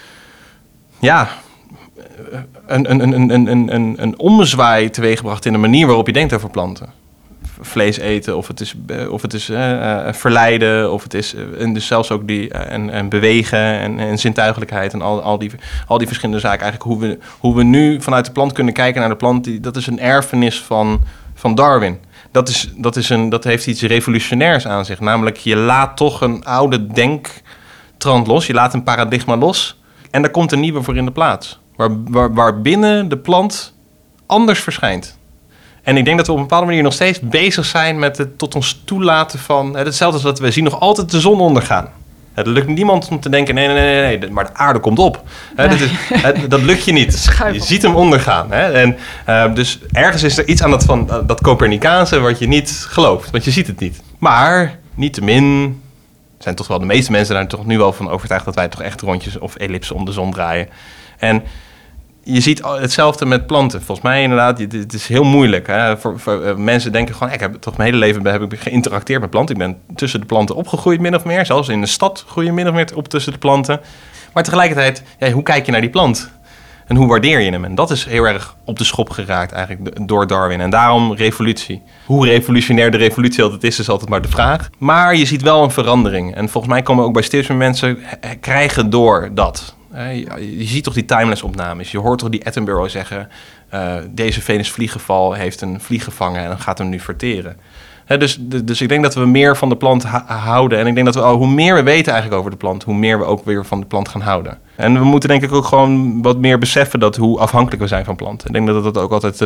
een ommezwaai teweeggebracht in de manier waarop je denkt over planten. Vlees eten, of het is verleiden, of het is en dus zelfs ook en bewegen en zintuigelijkheid en al die verschillende zaken. Eigenlijk hoe we nu vanuit de plant kunnen kijken naar de plant, dat is een erfenis van Darwin. Dat heeft iets revolutionairs aan zich. Namelijk, je laat toch een oude denktrand los. Je laat een paradigma los. En daar komt een nieuwe voor in de plaats. Waarbinnen de plant anders verschijnt. En ik denk dat we op een bepaalde manier nog steeds bezig zijn met het tot ons toelaten van. Hetzelfde als dat we zien nog altijd de zon ondergaan. Het lukt niemand om te denken, nee, maar de aarde komt op. Dat lukt je niet. Je ziet hem ondergaan. En dus ergens is er iets aan dat Copernicaanse wat je niet gelooft, want je ziet het niet. Maar niettemin zijn toch wel de meeste mensen daar toch nu wel van overtuigd dat wij toch echt rondjes of ellipsen om de zon draaien. En je ziet hetzelfde met planten. Volgens mij inderdaad, het is heel moeilijk. Hè? Voor mensen denken gewoon, ik heb toch mijn hele leven heb ik geïnteracteerd met planten. Ik ben tussen de planten opgegroeid min of meer. Zelfs in de stad groei je min of meer op tussen de planten. Maar tegelijkertijd, hoe kijk je naar die plant? En hoe waardeer je hem? En dat is heel erg op de schop geraakt eigenlijk door Darwin. En daarom revolutie. Hoe revolutionair de revolutie altijd is altijd maar de vraag. Maar je ziet wel een verandering. En volgens mij komen ook bij steeds meer mensen krijgen door dat. Je ziet toch die timeless-opnames. Je hoort toch die Attenborough zeggen, deze Venusvliegenval heeft een vlieg gevangen en gaat hem nu verteren. Dus ik denk dat we meer van de plant houden. En ik denk dat we hoe meer we weten eigenlijk over de plant, hoe meer we ook weer van de plant gaan houden. En we moeten denk ik ook gewoon wat meer beseffen hoe afhankelijk we zijn van planten. Ik denk dat dat ook altijd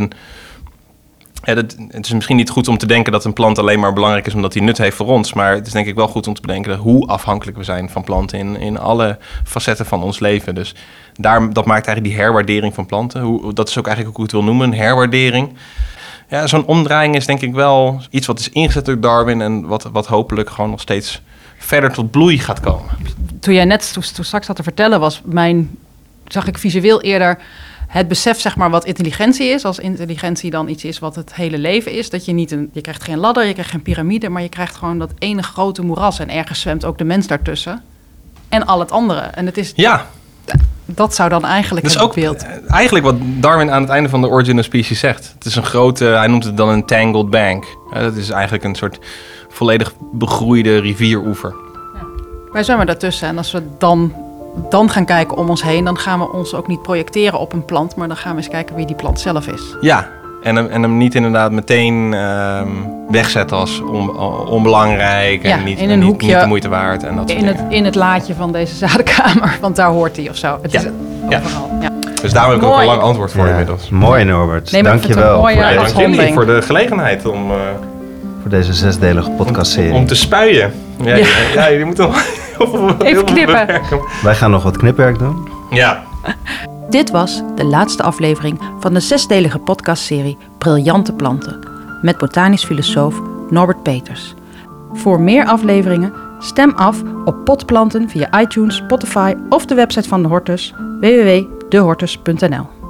het is misschien niet goed om te denken dat een plant alleen maar belangrijk is omdat hij nut heeft voor ons. Maar het is denk ik wel goed om te bedenken hoe afhankelijk we zijn van planten in alle facetten van ons leven. Dus dat maakt eigenlijk die herwaardering van planten. Dat is ook eigenlijk hoe ik het wil noemen, een herwaardering. Ja, zo'n omdraaiing is denk ik wel iets wat is ingezet door Darwin en wat hopelijk gewoon nog steeds verder tot bloei gaat komen. Toen jij net toen straks had te vertellen zag ik visueel eerder het besef, zeg maar, wat intelligentie is. Als intelligentie dan iets is wat het hele leven is. Dat je je krijgt geen ladder, je krijgt geen piramide, maar je krijgt gewoon dat ene grote moeras. En ergens zwemt ook de mens daartussen. En al het andere. En het is... Ja. Dat zou dan eigenlijk het ook beeld. Eigenlijk wat Darwin aan het einde van de Origin of Species zegt. Het is een grote, hij noemt het dan een tangled bank. Dat is eigenlijk een soort volledig begroeide rivieroever. Ja. Wij zwemmen daartussen. En als we dan gaan kijken om ons heen, dan gaan we ons ook niet projecteren op een plant, maar dan gaan we eens kijken wie die plant zelf is. Ja, en hem niet inderdaad meteen wegzetten als onbelangrijk en niet de moeite waard. En dat in het laadje van deze zadenkamer, want daar hoort hij of zo. Het is overal. Ja. Dus daar heb ik ook een lang antwoord voor inmiddels. Mooi, Norbert. Dank je wel. Dank jullie voor de gelegenheid om... voor deze 6-delige podcastserie. Om te spuien. Ja, jullie moeten even knippen. Wij gaan nog wat knipwerk doen. Ja. Dit was de laatste aflevering van de 6-delige podcastserie Briljante Planten met botanisch filosoof Norbert Peters. Voor meer afleveringen stem af op potplanten via iTunes, Spotify of de website van de Hortus www.dehortus.nl.